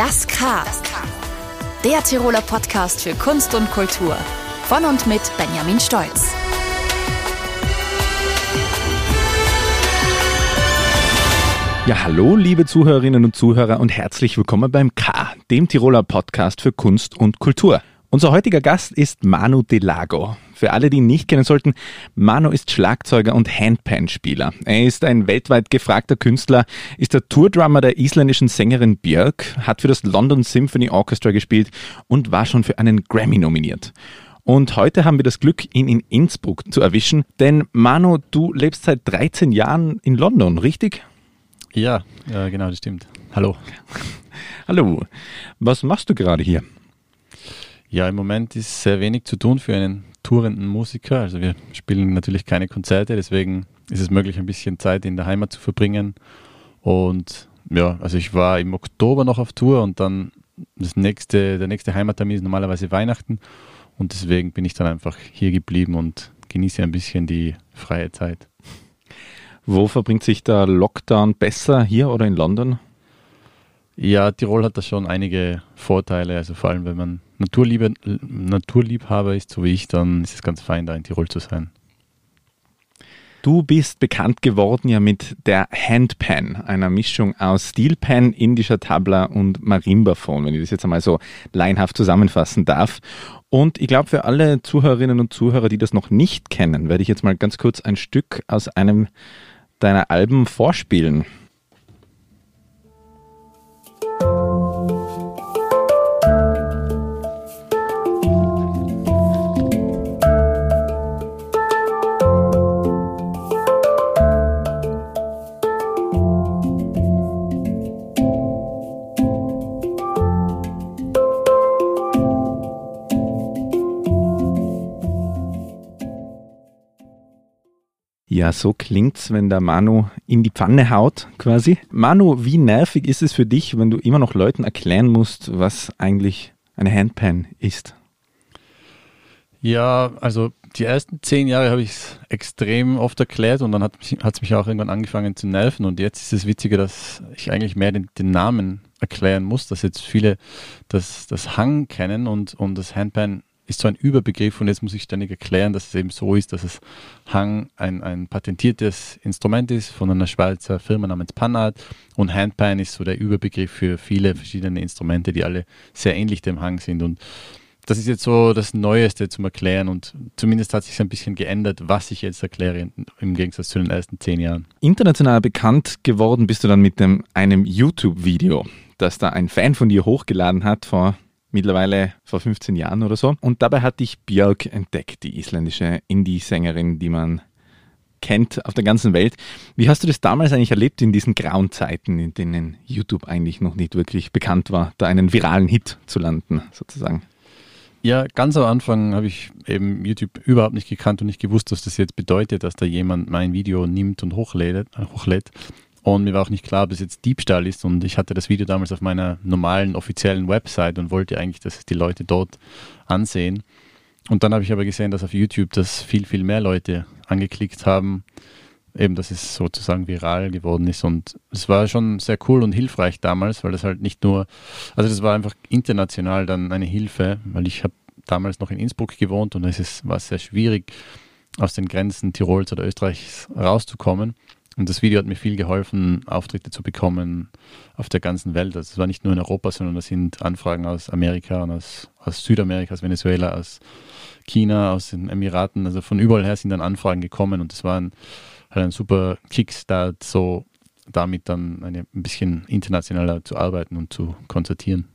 Das K. Der Tiroler Podcast für Kunst und Kultur. Von und mit Benjamin Stolz. Ja, hallo liebe Zuhörerinnen und Zuhörer und herzlich willkommen beim K, dem Tiroler Podcast für Kunst und Kultur. Unser heutiger Gast ist Manu Delago. Für alle, die ihn nicht kennen sollten, Manu ist Schlagzeuger und Handpan-Spieler. Er ist ein weltweit gefragter Künstler, ist der Tourdrummer der isländischen Sängerin Björk, hat für das London Symphony Orchestra gespielt und war schon für einen Grammy nominiert. Und heute haben wir das Glück, ihn in Innsbruck zu erwischen, denn Manu, du lebst seit 13 Jahren in London, richtig? Ja, genau, das stimmt. Hallo. Hallo. Was machst du gerade hier? Ja, im Moment ist sehr wenig zu tun für einen tourenden Musiker. Also wir spielen natürlich keine Konzerte, deswegen ist es möglich, ein bisschen Zeit in der Heimat zu verbringen. Und ja, also ich war im Oktober noch auf Tour und dann der nächste Heimattermin ist normalerweise Weihnachten. Und deswegen bin ich dann einfach hier geblieben und genieße ein bisschen die freie Zeit. Wo verbringt sich der Lockdown besser, hier oder in London? Ja, Tirol hat da schon einige Vorteile, also vor allem wenn man Naturliebhaber ist, so wie ich, dann ist es ganz fein, da in Tirol zu sein. Du bist bekannt geworden ja mit der Handpan, einer Mischung aus Steelpan, indischer Tabla und Marimbaphon, wenn ich das jetzt einmal so laienhaft zusammenfassen darf. Und ich glaube, für alle Zuhörerinnen und Zuhörer, die das noch nicht kennen, werde ich jetzt mal ganz kurz ein Stück aus einem deiner Alben vorspielen. Ja, so klingt's, wenn der Manu in die Pfanne haut, quasi. Manu, wie nervig ist es für dich, wenn du immer noch Leuten erklären musst, was eigentlich eine Handpan ist? Ja, also die ersten 10 Jahre habe ich es extrem oft erklärt und dann hat es mich auch irgendwann angefangen zu nerven und jetzt ist es witziger, dass ich eigentlich mehr den Namen erklären muss, dass jetzt viele das Hang kennen und das Handpan ist so ein Überbegriff und jetzt muss ich ständig erklären, dass es eben so ist, dass das Hang ein patentiertes Instrument ist von einer Schweizer Firma namens Panart und Handpan ist so der Überbegriff für viele verschiedene Instrumente, die alle sehr ähnlich dem Hang sind und das ist jetzt so das Neueste zum Erklären und zumindest hat sich ein bisschen geändert, was ich jetzt erkläre im Gegensatz zu den ersten 10 Jahren. International bekannt geworden bist du dann mit einem YouTube-Video, das da ein Fan von dir hochgeladen hat mittlerweile vor 15 Jahren oder so. Und dabei hat dich Björk entdeckt, die isländische Indie-Sängerin, die man kennt auf der ganzen Welt. Wie hast du das damals eigentlich erlebt in diesen grauen Zeiten, in denen YouTube eigentlich noch nicht wirklich bekannt war, da einen viralen Hit zu landen, sozusagen? Ja, ganz am Anfang habe ich eben YouTube überhaupt nicht gekannt und nicht gewusst, was das jetzt bedeutet, dass da jemand mein Video nimmt und hochlädt. Und mir war auch nicht klar, ob das jetzt Diebstahl ist. Und ich hatte das Video damals auf meiner normalen, offiziellen Website und wollte eigentlich, dass es die Leute dort ansehen. Und dann habe ich aber gesehen, dass auf YouTube das viel, viel mehr Leute angeklickt haben. Eben, dass es sozusagen viral geworden ist. Und es war schon sehr cool und hilfreich damals, weil das halt nicht nur, also das war einfach international dann eine Hilfe, weil ich habe damals noch in Innsbruck gewohnt und war sehr schwierig, aus den Grenzen Tirols oder Österreichs rauszukommen. Und das Video hat mir viel geholfen, Auftritte zu bekommen auf der ganzen Welt. Also es war nicht nur in Europa, sondern das sind Anfragen aus Amerika und aus Südamerika, aus Venezuela, aus China, aus den Emiraten. Also von überall her sind dann Anfragen gekommen und das war ein super Kickstart, so damit dann ein bisschen internationaler zu arbeiten und zu konzertieren.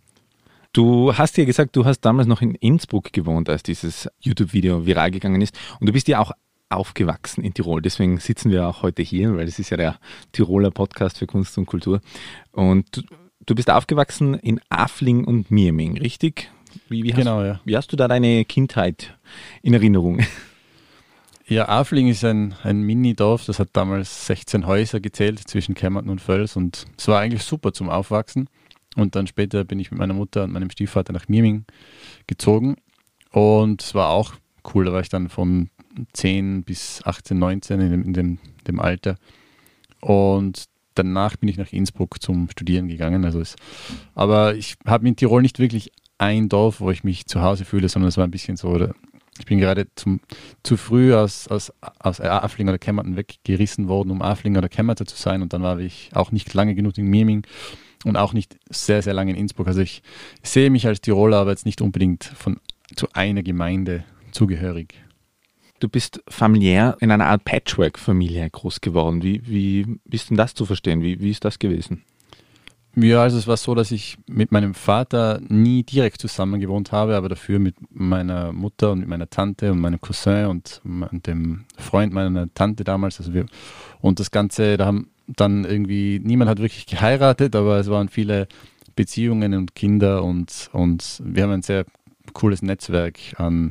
Du hast ja gesagt, du hast damals noch in Innsbruck gewohnt, als dieses YouTube-Video viral gegangen ist. Und du bist ja auch aufgewachsen in Tirol. Deswegen sitzen wir auch heute hier, weil das ist ja der Tiroler Podcast für Kunst und Kultur. Und du bist aufgewachsen in Afling und Mieming, richtig? Genau, ja. Wie hast du da deine Kindheit in Erinnerung? Ja, Afling ist ein Mini-Dorf, das hat damals 16 Häuser gezählt zwischen Kärnten und Völs und es war eigentlich super zum Aufwachsen. Und dann später bin ich mit meiner Mutter und meinem Stiefvater nach Mieming gezogen und es war auch cool, da war ich dann von 10 bis 18, 19 in dem Alter. Und danach bin ich nach Innsbruck zum Studieren gegangen. Aber ich habe in Tirol nicht wirklich ein Dorf, wo ich mich zu Hause fühle, sondern es war ein bisschen so, ich bin gerade zu früh aus Affling oder Kemmerton weggerissen worden, um Affling oder Kemmerton zu sein, und dann war ich auch nicht lange genug in Mieming und auch nicht sehr, sehr lange in Innsbruck. Also ich sehe mich als Tiroler, aber jetzt nicht unbedingt zu einer Gemeinde zugehörig. Du bist familiär in einer Art Patchwork-Familie groß geworden. Wie ist denn das zu verstehen? Wie ist das gewesen? Ja, also es war so, dass ich mit meinem Vater nie direkt zusammen gewohnt habe, aber dafür mit meiner Mutter und mit meiner Tante und meinem Cousin und dem Freund meiner Tante damals. Und das Ganze, da haben dann irgendwie, niemand hat wirklich geheiratet, aber es waren viele Beziehungen und Kinder und wir haben ein sehr cooles Netzwerk an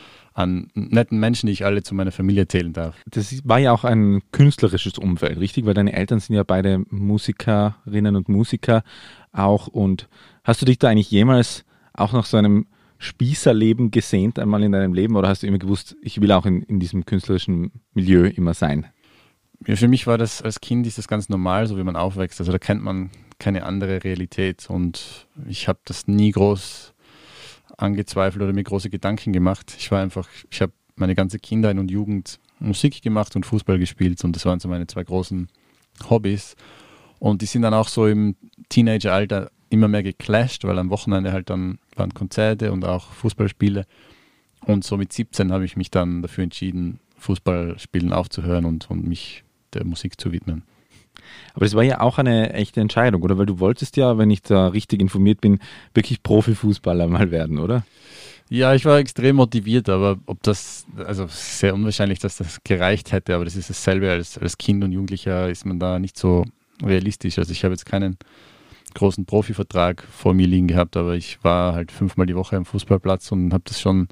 netten Menschen, die ich alle zu meiner Familie zählen darf. Das war ja auch ein künstlerisches Umfeld, richtig? Weil deine Eltern sind ja beide Musikerinnen und Musiker auch. Und hast du dich da eigentlich jemals auch nach so einem Spießerleben gesehnt einmal in deinem Leben, oder hast du immer gewusst, ich will auch in diesem künstlerischen Milieu immer sein? Ja, für mich war das als Kind ist das ganz normal, so wie man aufwächst. Also da kennt man keine andere Realität, und ich habe das nie groß angezweifelt oder mir große Gedanken gemacht. Ich habe meine ganze Kindheit und Jugend Musik gemacht und Fußball gespielt, und das waren so meine zwei großen Hobbys. Und die sind dann auch so im Teenageralter immer mehr geclasht, weil am Wochenende halt dann waren Konzerte und auch Fußballspiele. Und so mit 17 habe ich mich dann dafür entschieden, Fußballspielen aufzuhören und mich der Musik zu widmen. Aber das war ja auch eine echte Entscheidung, oder? Weil du wolltest ja, wenn ich da richtig informiert bin, wirklich Profifußballer mal werden, oder? Ja, ich war extrem motiviert, aber sehr unwahrscheinlich, dass das gereicht hätte, aber das ist dasselbe als Kind und Jugendlicher, ist man da nicht so realistisch. Also ich habe jetzt keinen großen Profivertrag vor mir liegen gehabt, aber ich war halt 5-mal die Woche am Fußballplatz und habe das schon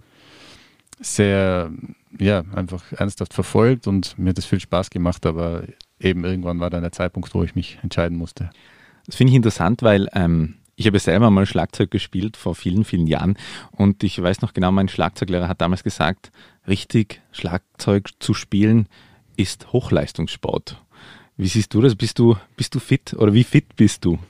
sehr, einfach ernsthaft verfolgt, und mir hat das viel Spaß gemacht, aber eben irgendwann war dann der Zeitpunkt, wo ich mich entscheiden musste. Das finde ich interessant, weil ich habe selber mal Schlagzeug gespielt vor vielen, vielen Jahren, und ich weiß noch genau, mein Schlagzeuglehrer hat damals gesagt, richtig Schlagzeug zu spielen ist Hochleistungssport. Wie siehst du das? Bist du fit, oder wie fit bist du?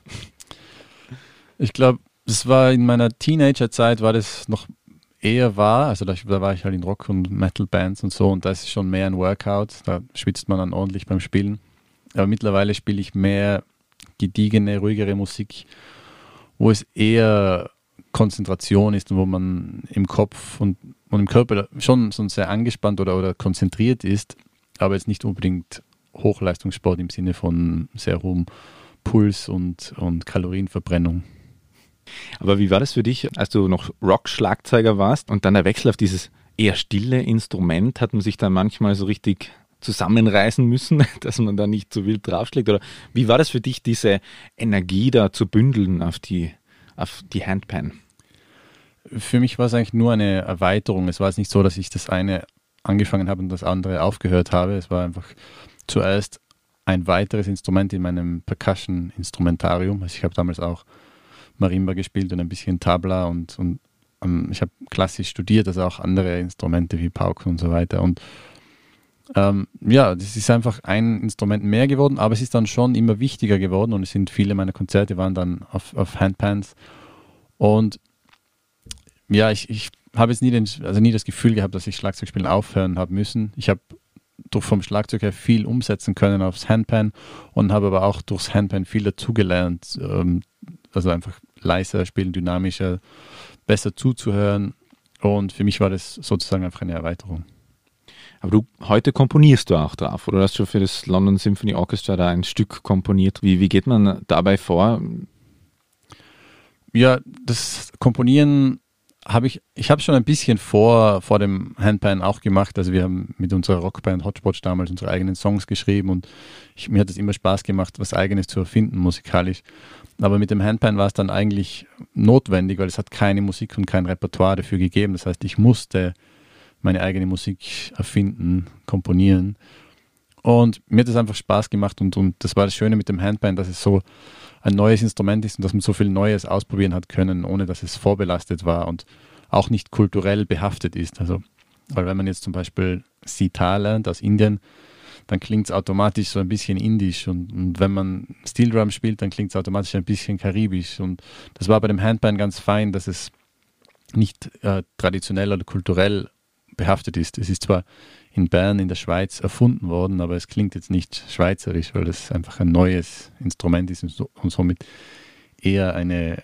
Ich glaube, das war in meiner Teenagerzeit, war das noch eher wahr. Also da war ich halt in Rock- und Metal-Bands und so, und das ist schon mehr ein Workout. Da schwitzt man dann ordentlich beim Spielen. Aber mittlerweile spiele ich mehr gediegene, ruhigere Musik, wo es eher Konzentration ist und wo man im Kopf und im Körper schon sehr angespannt oder konzentriert ist, aber jetzt nicht unbedingt Hochleistungssport im Sinne von sehr hohem Puls und Kalorienverbrennung. Aber wie war das für dich, als du noch Rock-Schlagzeuger warst und dann der Wechsel auf dieses eher stille Instrument? Hat man sich da manchmal so richtig zusammenreißen müssen, dass man da nicht so wild draufschlägt? Oder wie war das für dich, diese Energie da zu bündeln auf die Handpan? Für mich war es eigentlich nur eine Erweiterung. Es war jetzt nicht so, dass ich das eine angefangen habe und das andere aufgehört habe. Es war einfach zuerst ein weiteres Instrument in meinem Percussion-Instrumentarium. Also ich habe damals auch Marimba gespielt und ein bisschen Tabla, und ich habe klassisch studiert, also auch andere Instrumente wie Pauken und so weiter. Und das ist einfach ein Instrument mehr geworden, aber es ist dann schon immer wichtiger geworden, und viele meiner Konzerte waren dann auf Handpans. Und ja, ich habe jetzt nie das Gefühl gehabt, dass ich Schlagzeugspielen aufhören habe müssen. Ich habe vom Schlagzeug her viel umsetzen können aufs Handpan und habe aber auch durchs Handpan viel dazugelernt. Also einfach leiser spielen, dynamischer, besser zuzuhören. Und für mich war das sozusagen einfach eine Erweiterung. Aber heute komponierst du auch drauf, oder? Du hast schon für das London Symphony Orchestra da ein Stück komponiert. Wie geht man dabei vor? Ja, das Komponieren habe ich schon ein bisschen vor dem Handpan auch gemacht. Also wir haben mit unserer Rockband Hotchpotch damals unsere eigenen Songs geschrieben, und mir hat es immer Spaß gemacht, was Eigenes zu erfinden musikalisch. Aber mit dem Handpan war es dann eigentlich notwendig, weil es hat keine Musik und kein Repertoire dafür gegeben. Das heißt, ich musste meine eigene Musik erfinden, komponieren. Und mir hat es einfach Spaß gemacht, und das war das Schöne mit dem Handpan, dass es so ein neues Instrument ist und dass man so viel Neues ausprobieren hat können, ohne dass es vorbelastet war und auch nicht kulturell behaftet ist. Also, weil wenn man jetzt zum Beispiel Sitar lernt aus Indien, dann klingt es automatisch so ein bisschen indisch und wenn man Steel Drum spielt, dann klingt es automatisch ein bisschen karibisch und das war bei dem Handpan ganz fein, dass es nicht traditionell oder kulturell behaftet ist. Es ist zwar in Bern in der Schweiz erfunden worden, aber es klingt jetzt nicht schweizerisch, weil das einfach ein neues Instrument ist und somit eher eine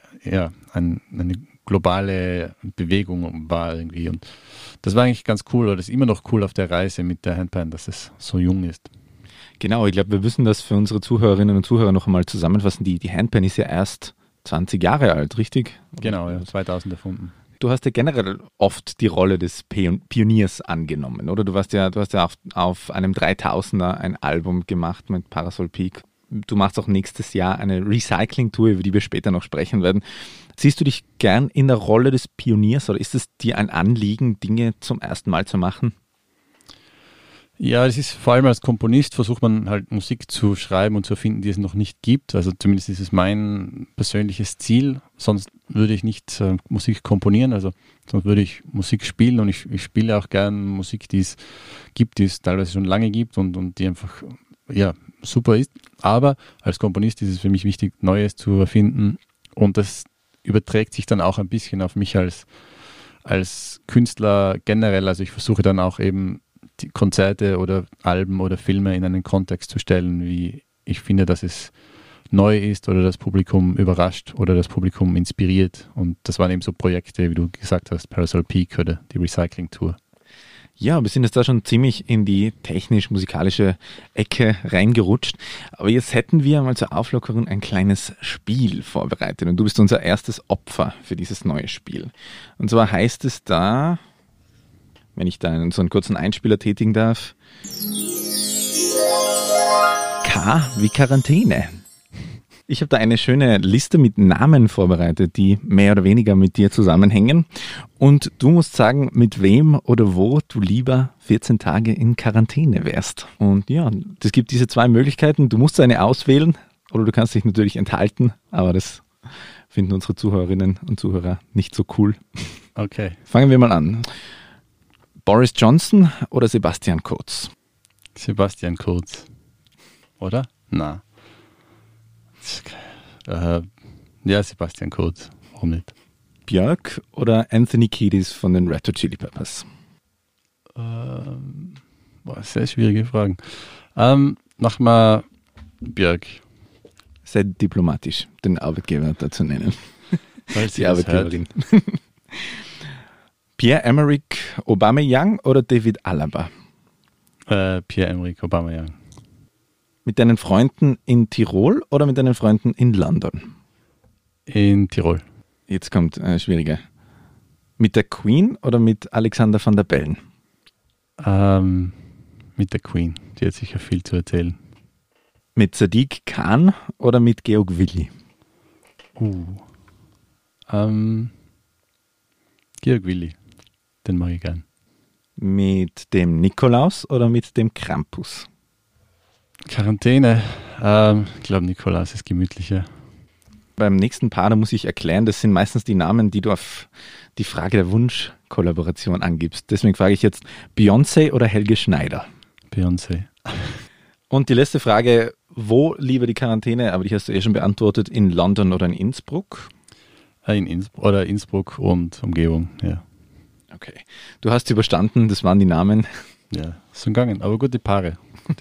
globale Bewegung war irgendwie. Und das war eigentlich ganz cool, oder das ist immer noch cool auf der Reise mit der Handpan, dass es so jung ist. Genau, ich glaube, wir müssen das für unsere Zuhörerinnen und Zuhörer noch einmal zusammenfassen. Die Handpan ist ja erst 20 Jahre alt, richtig? Genau, ja, 2000 erfunden. Du hast ja generell oft die Rolle des Pioniers angenommen, oder? Du hast ja auf einem 3000er ein Album gemacht mit Parasol Peak. Du machst auch nächstes Jahr eine Recycling-Tour, über die wir später noch sprechen werden. Siehst du dich gern in der Rolle des Pioniers oder ist es dir ein Anliegen, Dinge zum ersten Mal zu machen? Ja, es ist vor allem als Komponist versucht man halt Musik zu schreiben und zu erfinden, die es noch nicht gibt. Also zumindest ist es mein persönliches Ziel. Sonst würde ich nicht Musik komponieren, also sonst würde ich Musik spielen und ich spiele auch gern Musik, die es gibt, die es teilweise schon lange gibt und die einfach super ist. Aber als Komponist ist es für mich wichtig, Neues zu erfinden und das überträgt sich dann auch ein bisschen auf mich als Künstler generell. Also ich versuche dann auch eben die Konzerte oder Alben oder Filme in einen Kontext zu stellen, wie ich finde, dass es neu ist oder das Publikum überrascht oder das Publikum inspiriert. Und das waren eben so Projekte, wie du gesagt hast, Parasol Peak oder die Recycling-Tour. Ja, wir sind jetzt da schon ziemlich in die technisch-musikalische Ecke reingerutscht. Aber jetzt hätten wir mal zur Auflockerung ein kleines Spiel vorbereitet. Und du bist unser erstes Opfer für dieses neue Spiel. Und zwar heißt es da, wenn ich da so einen kurzen Einspieler tätigen darf, K wie Quarantäne. Ich habe da eine schöne Liste mit Namen vorbereitet, die mehr oder weniger mit dir zusammenhängen. Und du musst sagen, mit wem oder wo du lieber 14 Tage in Quarantäne wärst. Und ja, es gibt diese zwei Möglichkeiten. Du musst eine auswählen oder du kannst dich natürlich enthalten, aber das finden unsere Zuhörerinnen und Zuhörer nicht so cool. Okay. Fangen wir mal an. Boris Johnson oder Sebastian Kurz? Sebastian Kurz. Oder? Na. Ja, Sebastian Kurz. Warum nicht? Björk oder Anthony Kiedis von den Red Hot Chili Peppers? Sehr schwierige Fragen. Mach mal Björk. Sehr diplomatisch, den Arbeitgeber dazu nennen. Weil die Arbeitgeberin. Pierre-Emerick Aubameyang oder David Alaba? Pierre-Emerick Aubameyang. Mit deinen Freunden in Tirol oder mit deinen Freunden in London? In Tirol. Jetzt kommt schwieriger. Mit der Queen oder mit Alexander van der Bellen? Mit der Queen. Die hat sicher viel zu erzählen. Mit Sadiq Khan oder mit Georg Willi? Georg Willi. Den mag ich gern. Mit dem Nikolaus oder mit dem Krampus? Quarantäne. Ich glaube, Nikolaus ist gemütlicher. Beim nächsten Paar, da muss ich erklären, das sind meistens die Namen, die du auf die Frage der Wunschkollaboration angibst. Deswegen frage ich jetzt Beyoncé oder Helge Schneider? Beyoncé. Und die letzte Frage, wo lieber die Quarantäne? Aber die hast du schon beantwortet, in London oder in Innsbruck? In Innsbruck und Umgebung, ja. Okay. Du hast überstanden, das waren die Namen. Ja, sind gegangen, aber gute Paare.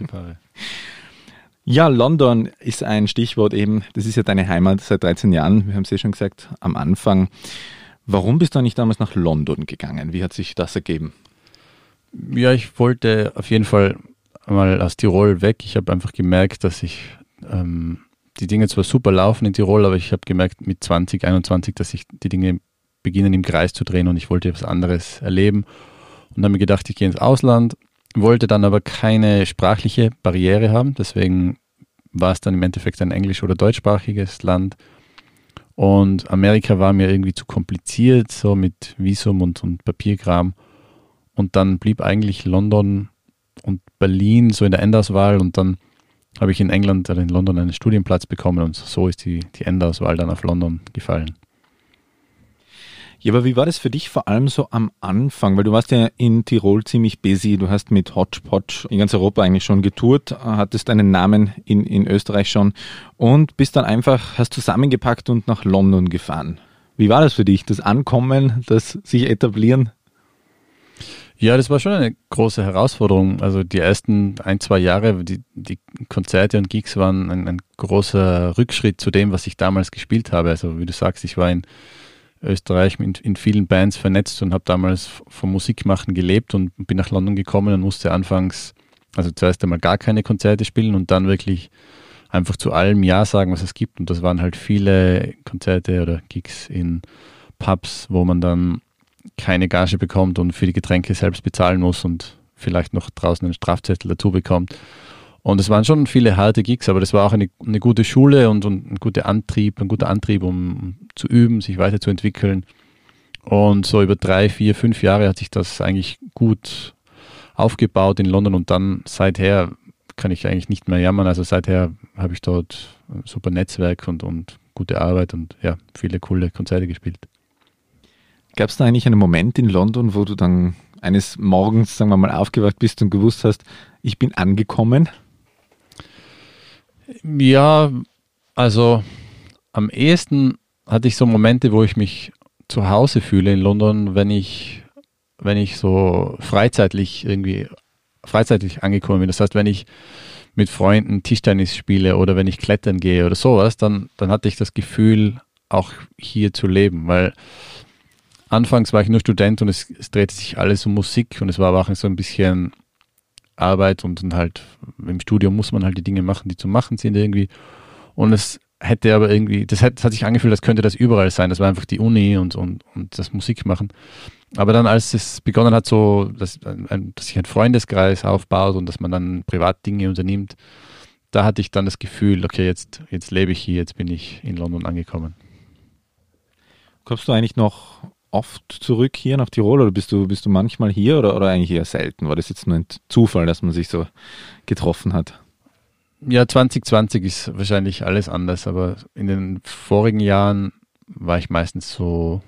Ja, London ist ein Stichwort eben. Das ist ja deine Heimat seit 13 Jahren. Wir haben es ja schon gesagt am Anfang. Warum bist du eigentlich damals nach London gegangen? Wie hat sich das ergeben? Ja, ich wollte auf jeden Fall mal aus Tirol weg. Ich habe einfach gemerkt, dass die Dinge zwar super laufen in Tirol, aber ich habe gemerkt mit 20, 21, dass sich die Dinge beginnen im Kreis zu drehen und ich wollte etwas anderes erleben. Und habe mir gedacht, ich gehe ins Ausland, wollte dann aber keine sprachliche Barriere haben. Deswegen war es dann im Endeffekt ein englisch- oder deutschsprachiges Land. Und Amerika war mir irgendwie zu kompliziert, so mit Visum und Papierkram. Und dann blieb eigentlich London und Berlin so in der Endauswahl. Und dann habe ich in England oder in London einen Studienplatz bekommen und so ist die Endauswahl dann auf London gefallen. Ja, aber wie war das für dich vor allem so am Anfang? Weil du warst ja in Tirol ziemlich busy, du hast mit Hodgepodge in ganz Europa eigentlich schon getourt, hattest einen Namen in Österreich schon und bist dann einfach, hast zusammengepackt und nach London gefahren. Wie war das für dich, das Ankommen, das sich etablieren? Ja, das war schon eine große Herausforderung. Also die ersten 1-2 Jahre, die Konzerte und Gigs waren ein großer Rückschritt zu dem, was ich damals gespielt habe. Also wie du sagst, ich war in Österreich in vielen Bands vernetzt und habe damals vom Musikmachen gelebt und bin nach London gekommen und musste anfangs, also zuerst einmal gar keine Konzerte spielen und dann wirklich einfach zu allem Ja sagen, was es gibt. Und das waren halt viele Konzerte oder Gigs in Pubs, wo man dann keine Gage bekommt und für die Getränke selbst bezahlen muss und vielleicht noch draußen einen Strafzettel dazu bekommt. Und es waren schon viele harte Gigs, aber das war auch eine gute Schule und ein guter Antrieb, um zu üben, sich weiterzuentwickeln. Und so über 3, 4, 5 Jahre hat sich das eigentlich gut aufgebaut in London und dann seither kann ich eigentlich nicht mehr jammern. Also seither habe ich dort ein super Netzwerk und gute Arbeit und ja, viele coole Konzerte gespielt. Gab es da eigentlich einen Moment in London, wo du dann eines Morgens, sagen wir mal, aufgewacht bist und gewusst hast, ich bin angekommen? Ja, also am ehesten hatte ich so Momente, wo ich mich zu Hause fühle in London, wenn ich so freizeitig angekommen bin. Das heißt, wenn ich mit Freunden Tischtennis spiele oder wenn ich klettern gehe oder sowas, dann hatte ich das Gefühl, auch hier zu leben, weil anfangs war ich nur Student und es drehte sich alles um Musik und es war aber auch so ein bisschen Arbeit und halt im Studium muss man halt die Dinge machen, die zu machen sind irgendwie. Und es hätte aber irgendwie, das hat sich angefühlt, als könnte das überall sein. Das war einfach die Uni und das Musikmachen. Aber dann, als es begonnen hat, so, dass sich ein Freundeskreis aufbaut und dass man dann privat Dinge unternimmt, da hatte ich dann das Gefühl, okay, jetzt lebe ich hier, jetzt bin ich in London angekommen. Kommst du eigentlich noch oft zurück hier nach Tirol oder bist du manchmal hier oder eigentlich eher selten? War das jetzt nur ein Zufall, dass man sich so getroffen hat? Ja, 2020 ist wahrscheinlich alles anders, aber in den vorigen Jahren war ich meistens so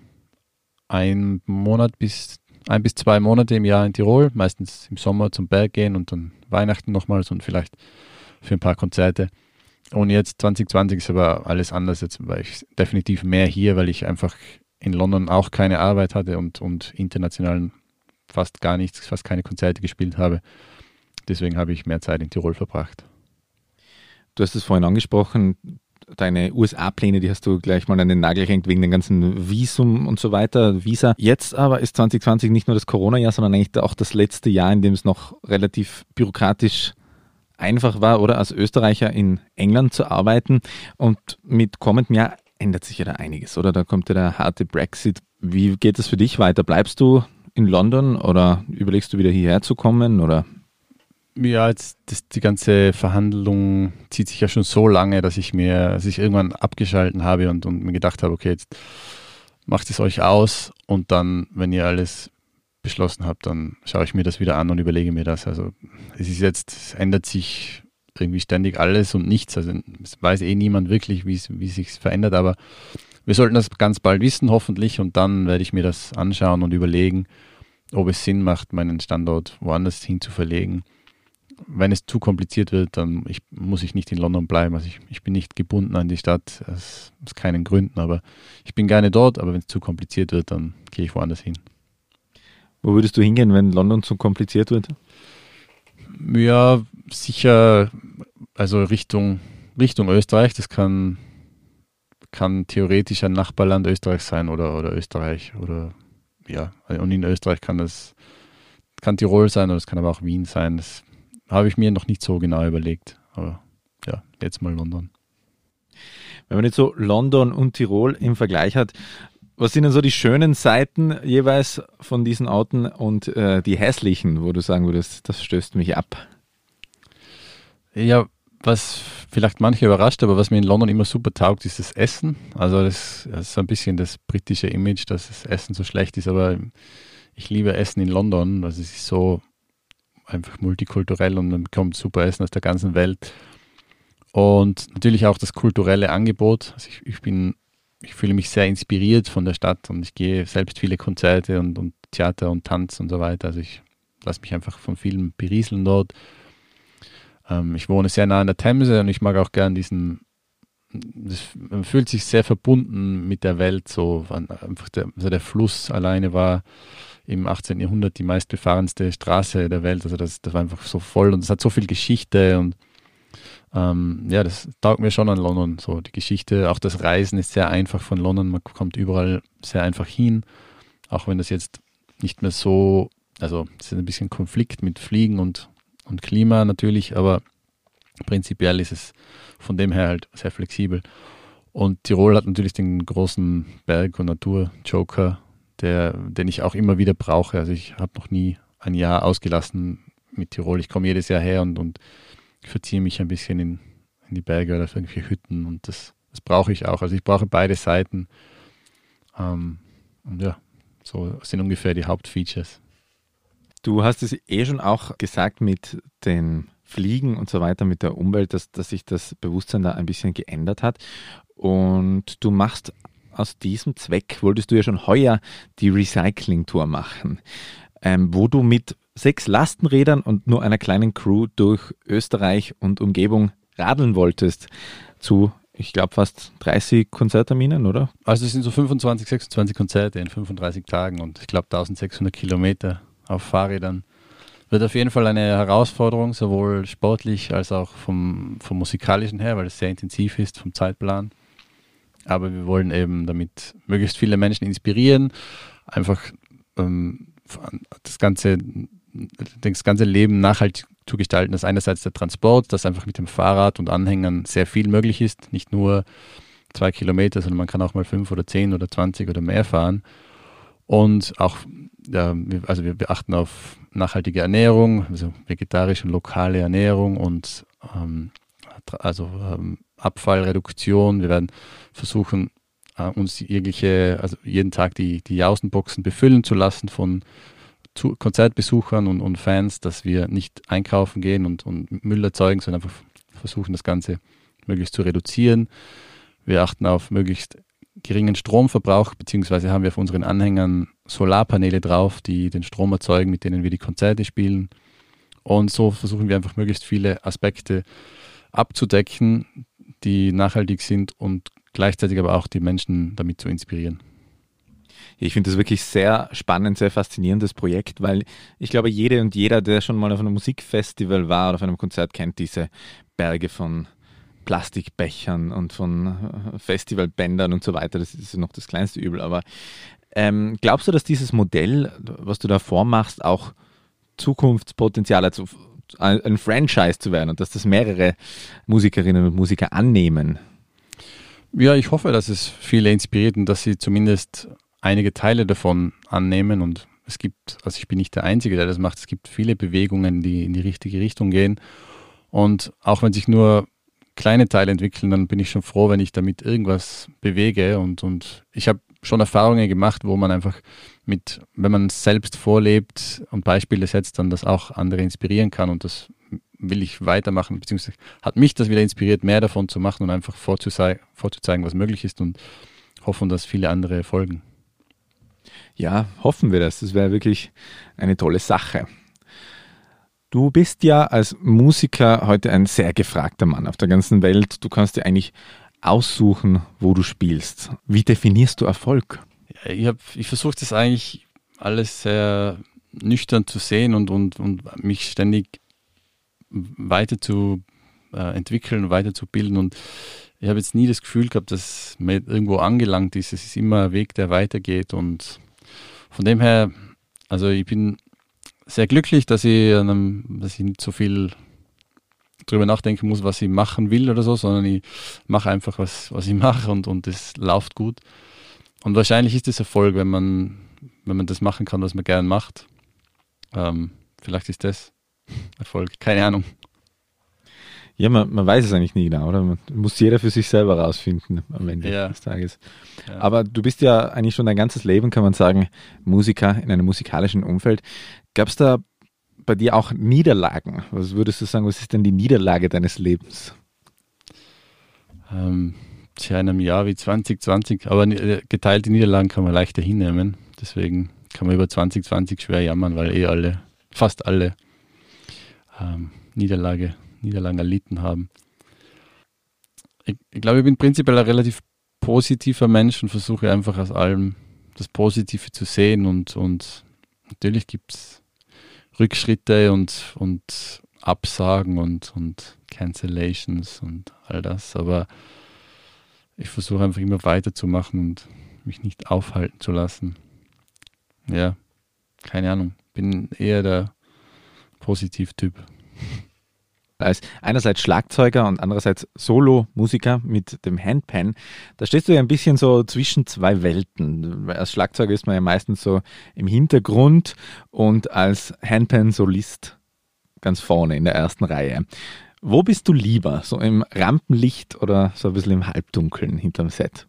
1 bis 2 Monate im Jahr in Tirol, meistens im Sommer zum Berg gehen und dann Weihnachten nochmals und vielleicht für ein paar Konzerte. Und jetzt 2020 ist aber alles anders. Jetzt war ich definitiv mehr hier, weil ich einfach in London auch keine Arbeit hatte und international fast keine Konzerte gespielt habe. Deswegen habe ich mehr Zeit in Tirol verbracht. Du hast es vorhin angesprochen, deine USA-Pläne, die hast du gleich mal an den Nagel gehängt wegen dem ganzen Visum und so weiter, Visa. Jetzt aber ist 2020 nicht nur das Corona-Jahr, sondern eigentlich auch das letzte Jahr, in dem es noch relativ bürokratisch einfach war, oder als Österreicher in England zu arbeiten. Und mit kommendem Jahr ändert sich ja da einiges, oder? Da kommt ja der harte Brexit. Wie geht es für dich weiter? Bleibst du in London oder überlegst du wieder hierher zu kommen, oder? Ja, die ganze Verhandlung zieht sich ja schon so lange, dass ich irgendwann abgeschalten habe und mir gedacht habe, okay, jetzt macht es euch aus und dann, wenn ihr alles beschlossen habt, dann schaue ich mir das wieder an und überlege mir das. Also es ändert sich irgendwie ständig alles und nichts. Also es weiß niemand wirklich, wie sich verändert, aber wir sollten das ganz bald wissen, hoffentlich, und dann werde ich mir das anschauen und überlegen, ob es Sinn macht, meinen Standort woanders hin zu verlegen. Wenn es zu kompliziert wird, dann muss ich nicht in London bleiben. Also ich bin nicht gebunden an die Stadt, aus keinen Gründen, aber ich bin gerne dort, aber wenn es zu kompliziert wird, dann gehe ich woanders hin. Wo würdest du hingehen, wenn London zu kompliziert wird? Ja, sicher, also Richtung Österreich. Das kann theoretisch ein Nachbarland Österreich sein oder Österreich oder ja, und in Österreich kann Tirol sein oder es kann aber auch Wien sein. Das habe ich mir noch nicht so genau überlegt, aber ja, jetzt mal London. Wenn man jetzt so London und Tirol im Vergleich hat, was sind denn so die schönen Seiten jeweils von diesen Orten und die hässlichen, wo du sagen würdest, das stößt mich ab? Ja, was vielleicht manche überrascht, aber was mir in London immer super taugt, ist das Essen. Also das ist ein bisschen das britische Image, dass das Essen so schlecht ist, aber ich liebe Essen in London. Also es ist so einfach multikulturell und man bekommt super Essen aus der ganzen Welt. Und natürlich auch das kulturelle Angebot. Also ich bin ich fühle mich sehr inspiriert von der Stadt und ich gehe selbst viele Konzerte und Theater und Tanz und so weiter. Also ich lasse mich einfach von vielem berieseln dort. Ich wohne sehr nah an der Themse und ich mag auch gern man fühlt sich sehr verbunden mit der Welt. So einfach der Fluss alleine war im 18. Jahrhundert die meistbefahrenste Straße der Welt. Also das war einfach so voll und es hat so viel Geschichte und das taugt mir schon an London. So die Geschichte, auch das Reisen ist sehr einfach von London. Man kommt überall sehr einfach hin, auch wenn das jetzt nicht mehr so, also es ist ein bisschen Konflikt mit Fliegen und Klima natürlich, aber prinzipiell ist es von dem her halt sehr flexibel. Und Tirol hat natürlich den großen Berg- und Natur-Joker, den ich auch immer wieder brauche. Also ich habe noch nie ein Jahr ausgelassen mit Tirol. Ich komme jedes Jahr her und ich verziehe mich ein bisschen in die Berge oder auf irgendwelche Hütten und das brauche ich auch. Also ich brauche beide Seiten. Und ja, so sind ungefähr die Hauptfeatures. Du hast es schon auch gesagt mit den Fliegen und so weiter, mit der Umwelt, dass sich das Bewusstsein da ein bisschen geändert hat. Und du machst aus diesem Zweck, wolltest du ja schon heuer die Recycling-Tour machen, wo du mit 6 Lastenrädern und nur einer kleinen Crew durch Österreich und Umgebung radeln wolltest zu, ich glaube, fast 30 Konzertterminen, oder? Also es sind so 25, 26 Konzerte in 35 Tagen und ich glaube 1600 Kilometer auf Fahrrädern. Wird auf jeden Fall eine Herausforderung, sowohl sportlich als auch vom musikalischen her, weil es sehr intensiv ist vom Zeitplan. Aber wir wollen eben damit möglichst viele Menschen inspirieren, einfach das ganze Leben nachhaltig zu gestalten. Das ist einerseits der Transport, dass einfach mit dem Fahrrad und Anhängern sehr viel möglich ist. Nicht nur 2 Kilometer, sondern man kann auch mal 5 oder 10 oder 20 oder mehr fahren. Und auch, wir achten auf nachhaltige Ernährung, also vegetarische und lokale Ernährung und Abfallreduktion. Wir werden versuchen, uns jeden Tag die Jausenboxen befüllen zu lassen von Konzertbesuchern und Fans, dass wir nicht einkaufen gehen und Müll erzeugen, sondern einfach versuchen, das Ganze möglichst zu reduzieren. Wir achten auf möglichst geringen Stromverbrauch, beziehungsweise haben wir auf unseren Anhängern Solarpaneele drauf, die den Strom erzeugen, mit denen wir die Konzerte spielen. Und so versuchen wir einfach möglichst viele Aspekte abzudecken, die nachhaltig sind und gleichzeitig aber auch die Menschen damit zu inspirieren. Ich finde das wirklich sehr spannend, sehr faszinierendes Projekt, weil ich glaube, jede und jeder, der schon mal auf einem Musikfestival war oder auf einem Konzert, kennt diese Berge von Plastikbechern und von Festivalbändern und so weiter. Das ist noch das kleinste Übel. Aber glaubst du, dass dieses Modell, was du da vormachst, auch Zukunftspotenzial hat, ein Franchise zu werden und dass das mehrere Musikerinnen und Musiker annehmen? Ja, ich hoffe, dass es viele inspiriert und dass sie zumindest einige Teile davon annehmen. Und es gibt, also ich bin nicht der Einzige, der das macht, es gibt viele Bewegungen, die in die richtige Richtung gehen. Und auch wenn sich nur kleine Teile entwickeln, dann bin ich schon froh, wenn ich damit irgendwas bewege. Und ich habe schon Erfahrungen gemacht, wo man einfach wenn man es selbst vorlebt und Beispiele setzt, dann das auch andere inspirieren kann. Und das will ich weitermachen, beziehungsweise hat mich das wieder inspiriert, mehr davon zu machen und einfach vorzuzeigen, was möglich ist und hoffen, dass viele andere folgen. Ja, hoffen wir das. Das wäre wirklich eine tolle Sache. Du bist ja als Musiker heute ein sehr gefragter Mann auf der ganzen Welt. Du kannst dir eigentlich aussuchen, wo du spielst. Wie definierst du Erfolg? Ja, ich versuche das eigentlich alles sehr nüchtern zu sehen und mich ständig weiter zu entwickeln, weiter zu bilden. Und ich habe jetzt nie das Gefühl gehabt, dass man irgendwo angelangt ist. Es ist immer ein Weg, der weitergeht. Und von dem her, also ich bin sehr glücklich, dass ich nicht so viel drüber nachdenken muss, was ich machen will oder so, sondern ich mache einfach, was ich mache und das läuft gut. Und wahrscheinlich ist es Erfolg, wenn man das machen kann, was man gern macht. Vielleicht ist das Erfolg, keine Ahnung. Ja, man weiß es eigentlich nie genau, oder? Man muss jeder für sich selber rausfinden am Ende des Tages. Ja. Aber du bist ja eigentlich schon dein ganzes Leben, kann man sagen, Musiker in einem musikalischen Umfeld. Gab es da bei dir auch Niederlagen? Was würdest du sagen, was ist denn die Niederlage deines Lebens? ja, in einem Jahr wie 2020, aber geteilte Niederlagen kann man leichter hinnehmen. Deswegen kann man über 2020 schwer jammern, weil fast alle Niederlagen erlitten haben. Ich glaube, ich bin prinzipiell ein relativ positiver Mensch und versuche einfach aus allem das Positive zu sehen und natürlich gibt es Rückschritte und Absagen und Cancellations und all das, aber ich versuche einfach immer weiterzumachen und mich nicht aufhalten zu lassen. Ja, keine Ahnung, bin eher der Positivtyp. Als einerseits Schlagzeuger und andererseits Solo-Musiker mit dem Handpan, da stehst du ja ein bisschen so zwischen zwei Welten. Als Schlagzeuger ist man ja meistens so im Hintergrund und als Handpan-Solist ganz vorne in der ersten Reihe. Wo bist du lieber? So im Rampenlicht oder so ein bisschen im Halbdunkeln hinterm Set?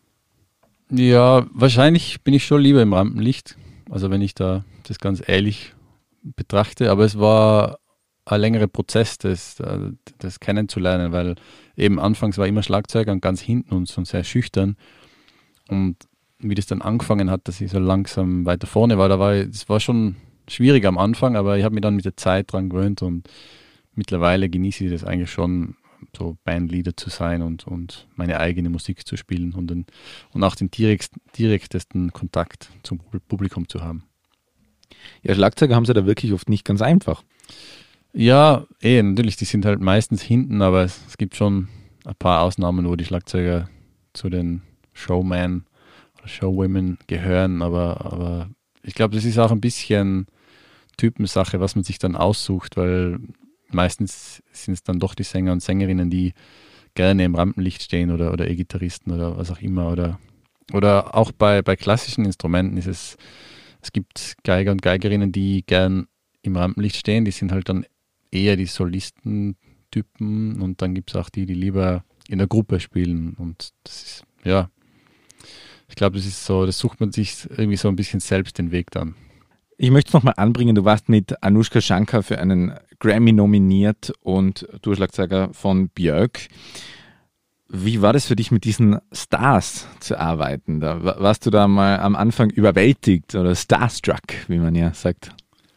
Ja, wahrscheinlich bin ich schon lieber im Rampenlicht, also wenn ich da das ganz ehrlich betrachte, aber es war ein längerer Prozess, das kennenzulernen, weil eben anfangs war ich immer Schlagzeuger und ganz hinten und so sehr schüchtern. Und wie das dann angefangen hat, dass ich so langsam weiter vorne war, das war schon schwierig am Anfang, aber ich habe mich dann mit der Zeit dran gewöhnt und mittlerweile genieße ich das eigentlich schon, so Bandleader zu sein und meine eigene Musik zu spielen und auch den direktesten Kontakt zum Publikum zu haben. Ja, Schlagzeuger haben sie da wirklich oft nicht ganz einfach. Ja, natürlich, die sind halt meistens hinten, aber es gibt schon ein paar Ausnahmen, wo die Schlagzeuger zu den Showmen oder Showwomen gehören, aber ich glaube, das ist auch ein bisschen Typensache, was man sich dann aussucht, weil meistens sind es dann doch die Sänger und Sängerinnen, die gerne im Rampenlicht stehen oder E-Gitarristen oder was auch immer oder auch bei klassischen Instrumenten es gibt Geiger und Geigerinnen, die gern im Rampenlicht stehen, die sind halt dann eher die Solistentypen und dann gibt es auch die lieber in der Gruppe spielen und das ist, ja, ich glaube, das ist so, das sucht man sich irgendwie so ein bisschen selbst den Weg dann. Ich möchte es nochmal anbringen, du warst mit Anushka Shankar für einen Grammy nominiert und Schlagzeuger von Björk. Wie war das für dich, mit diesen Stars zu arbeiten? Warst du da mal am Anfang überwältigt oder starstruck, wie man ja sagt?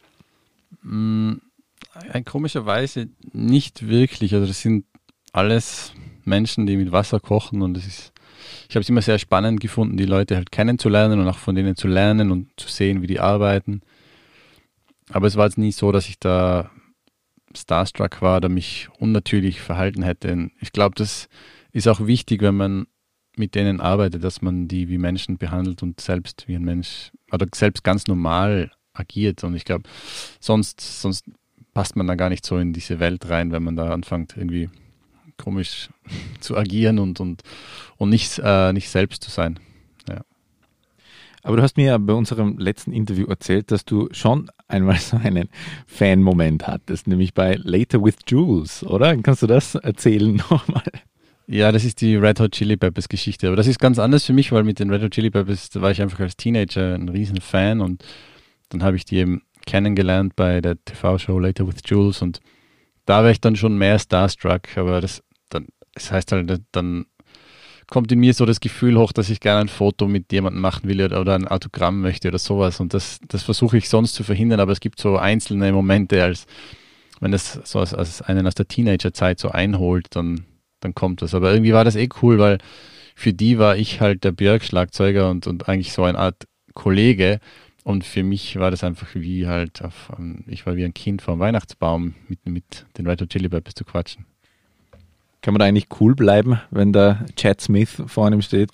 Komischerweise nicht wirklich. Also das sind alles Menschen, die mit Wasser kochen und ich habe es immer sehr spannend gefunden, die Leute halt kennenzulernen und auch von denen zu lernen und zu sehen, wie die arbeiten. Aber es war jetzt nie so, dass ich da starstruck war oder mich unnatürlich verhalten hätte. Ich glaube, das ist auch wichtig, wenn man mit denen arbeitet, dass man die wie Menschen behandelt und selbst wie ein Mensch oder selbst ganz normal agiert. Und ich glaube, sonst passt man da gar nicht so in diese Welt rein, wenn man da anfängt, irgendwie komisch zu agieren und nicht selbst zu sein. Ja. Aber du hast mir ja bei unserem letzten Interview erzählt, dass du schon einmal so einen Fan-Moment hattest, nämlich bei Later with Jules, oder? Kannst du das erzählen nochmal? Ja, das ist die Red Hot Chili Peppers Geschichte. Aber das ist ganz anders für mich, weil mit den Red Hot Chili Peppers, da war ich einfach als Teenager ein riesen Fan und dann habe ich die eben kennengelernt bei der TV-Show Later with Jules und da war ich dann schon mehr starstruck, aber das heißt halt, dann kommt in mir so das Gefühl hoch, dass ich gerne ein Foto mit jemandem machen will oder ein Autogramm möchte oder sowas und das versuche ich sonst zu verhindern, aber es gibt so einzelne Momente, als wenn das so als einen aus der Teenagerzeit so einholt, dann kommt das. Aber irgendwie war das cool, weil für die war ich halt der Björk-Schlagzeuger und eigentlich so eine Art Kollege und für mich war das einfach wie halt, ich war wie ein Kind vor dem Weihnachtsbaum mit den Red Hot Chili Peppers zu quatschen. Kann man da eigentlich cool bleiben, wenn da Chad Smith vor einem steht?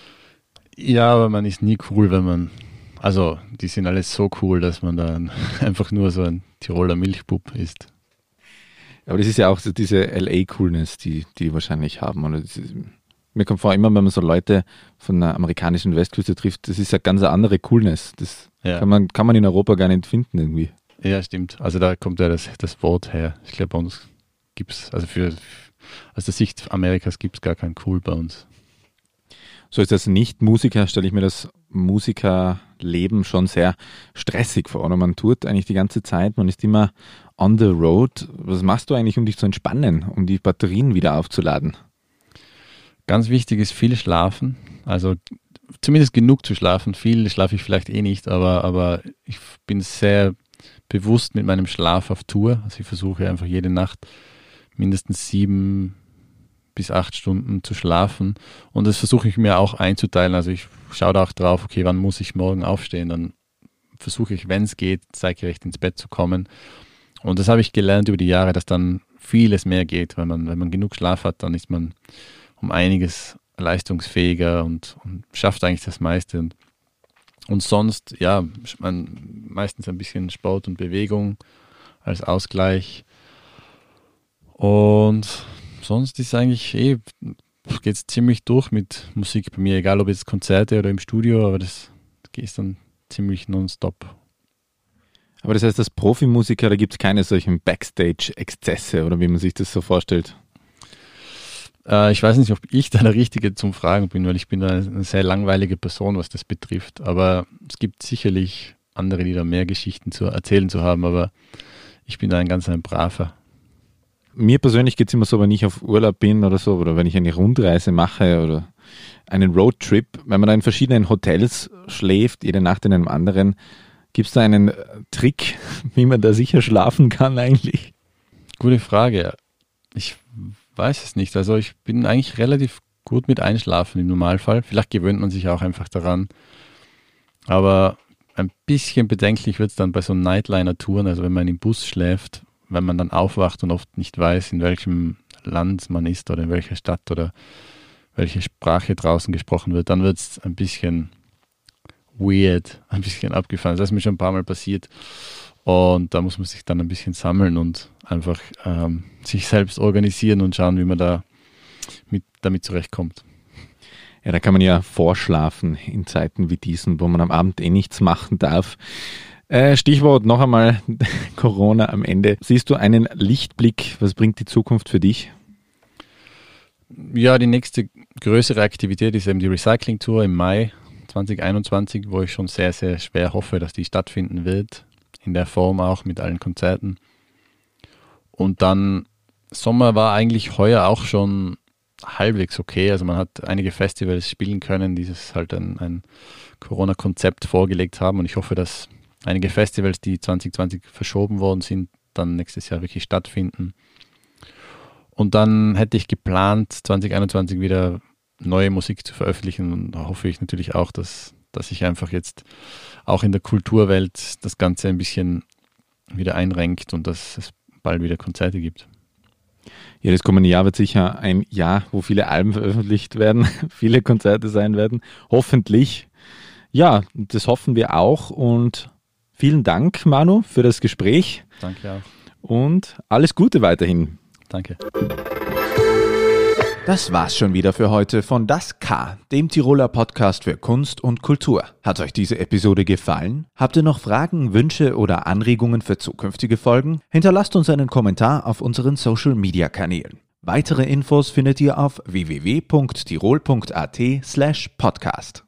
Ja, aber man ist nie cool, also die sind alles so cool, dass man dann einfach nur so ein Tiroler Milchbub ist. Aber das ist ja auch so diese LA-Coolness, die wahrscheinlich haben. Oder mir kommt vor, immer wenn man so Leute von der amerikanischen Westküste trifft, das ist ja ganz eine andere Coolness. Das kann man in Europa gar nicht finden irgendwie. Ja, stimmt. Also da kommt ja das Wort her. Ich glaube, bei uns gibt es, also aus der Sicht Amerikas gibt es gar kein Cool bei uns. So ist das Nicht-Musiker, stelle ich mir das Musikerleben schon sehr stressig vor. Oder man tourt eigentlich die ganze Zeit, man ist immer on the road. Was machst du eigentlich, um dich zu entspannen, um die Batterien wieder aufzuladen? Ganz wichtig ist viel schlafen, also zumindest genug zu schlafen. Viel schlafe ich vielleicht nicht, aber ich bin sehr bewusst mit meinem Schlaf auf Tour. Also ich versuche einfach jede Nacht mindestens 7 bis 8 Stunden zu schlafen und das versuche ich mir auch einzuteilen. Also ich schaue da auch drauf, okay, wann muss ich morgen aufstehen, dann versuche ich, wenn es geht, zeitgerecht ins Bett zu kommen. Und das habe ich gelernt über die Jahre, dass dann vieles mehr geht. Wenn man genug Schlaf hat, dann ist man um einiges leistungsfähiger und schafft eigentlich das meiste. Und sonst, ja, meistens ein bisschen Sport und Bewegung als Ausgleich. Und sonst ist eigentlich geht es ziemlich durch mit Musik bei mir, egal ob jetzt Konzerte oder im Studio, aber das geht dann ziemlich nonstop. Aber das heißt, als Profimusiker, da gibt es keine solchen Backstage-Exzesse oder wie man sich das so vorstellt? Ich weiß nicht, ob ich da der Richtige zum Fragen bin, weil ich bin da eine sehr langweilige Person, was das betrifft. Aber es gibt sicherlich andere, die da mehr Geschichten zu erzählen zu haben, aber ich bin da ein Braver. Mir persönlich geht es immer so, wenn ich auf Urlaub bin oder so, oder wenn ich eine Rundreise mache oder einen Roadtrip, wenn man da in verschiedenen Hotels schläft, jede Nacht in einem anderen, gibt es da einen Trick, wie man da sicher schlafen kann eigentlich? Gute Frage. Ich weiß es nicht. Also ich bin eigentlich relativ gut mit Einschlafen im Normalfall. Vielleicht gewöhnt man sich auch einfach daran. Aber ein bisschen bedenklich wird es dann bei so Nightliner-Touren, also wenn man im Bus schläft, wenn man dann aufwacht und oft nicht weiß, in welchem Land man ist oder in welcher Stadt oder welche Sprache draußen gesprochen wird, dann wird es ein bisschen weird, ein bisschen abgefahren. Das ist mir schon ein paar Mal passiert und da muss man sich dann ein bisschen sammeln und einfach sich selbst organisieren und schauen, wie man damit zurechtkommt. Ja, da kann man ja vorschlafen in Zeiten wie diesen, wo man am Abend nichts machen darf. Stichwort noch einmal Corona am Ende. Siehst du einen Lichtblick? Was bringt die Zukunft für dich? Ja, die nächste größere Aktivität ist eben die Recycling-Tour im Mai 2021, wo ich schon sehr, sehr schwer hoffe, dass die stattfinden wird. In der Form auch mit allen Konzerten. Und dann Sommer war eigentlich heuer auch schon halbwegs okay. Also man hat einige Festivals spielen können, die halt ein Corona-Konzept vorgelegt haben. Und ich hoffe, dass einige Festivals, die 2020 verschoben worden sind, dann nächstes Jahr wirklich stattfinden. Und dann hätte ich geplant, 2021 wieder neue Musik zu veröffentlichen. Und da hoffe ich natürlich auch, dass sich einfach jetzt auch in der Kulturwelt das Ganze ein bisschen wieder einrenkt und dass es bald wieder Konzerte gibt. Ja, das kommende Jahr wird sicher ein Jahr, wo viele Alben veröffentlicht werden, viele Konzerte sein werden. Hoffentlich. Ja, das hoffen wir auch und vielen Dank, Manu, für das Gespräch. Danke auch. Und alles Gute weiterhin. Danke. Das war's schon wieder für heute von Das K, dem Tiroler Podcast für Kunst und Kultur. Hat euch diese Episode gefallen? Habt ihr noch Fragen, Wünsche oder Anregungen für zukünftige Folgen? Hinterlasst uns einen Kommentar auf unseren Social-Media-Kanälen. Weitere Infos findet ihr auf www.tirol.at/podcast.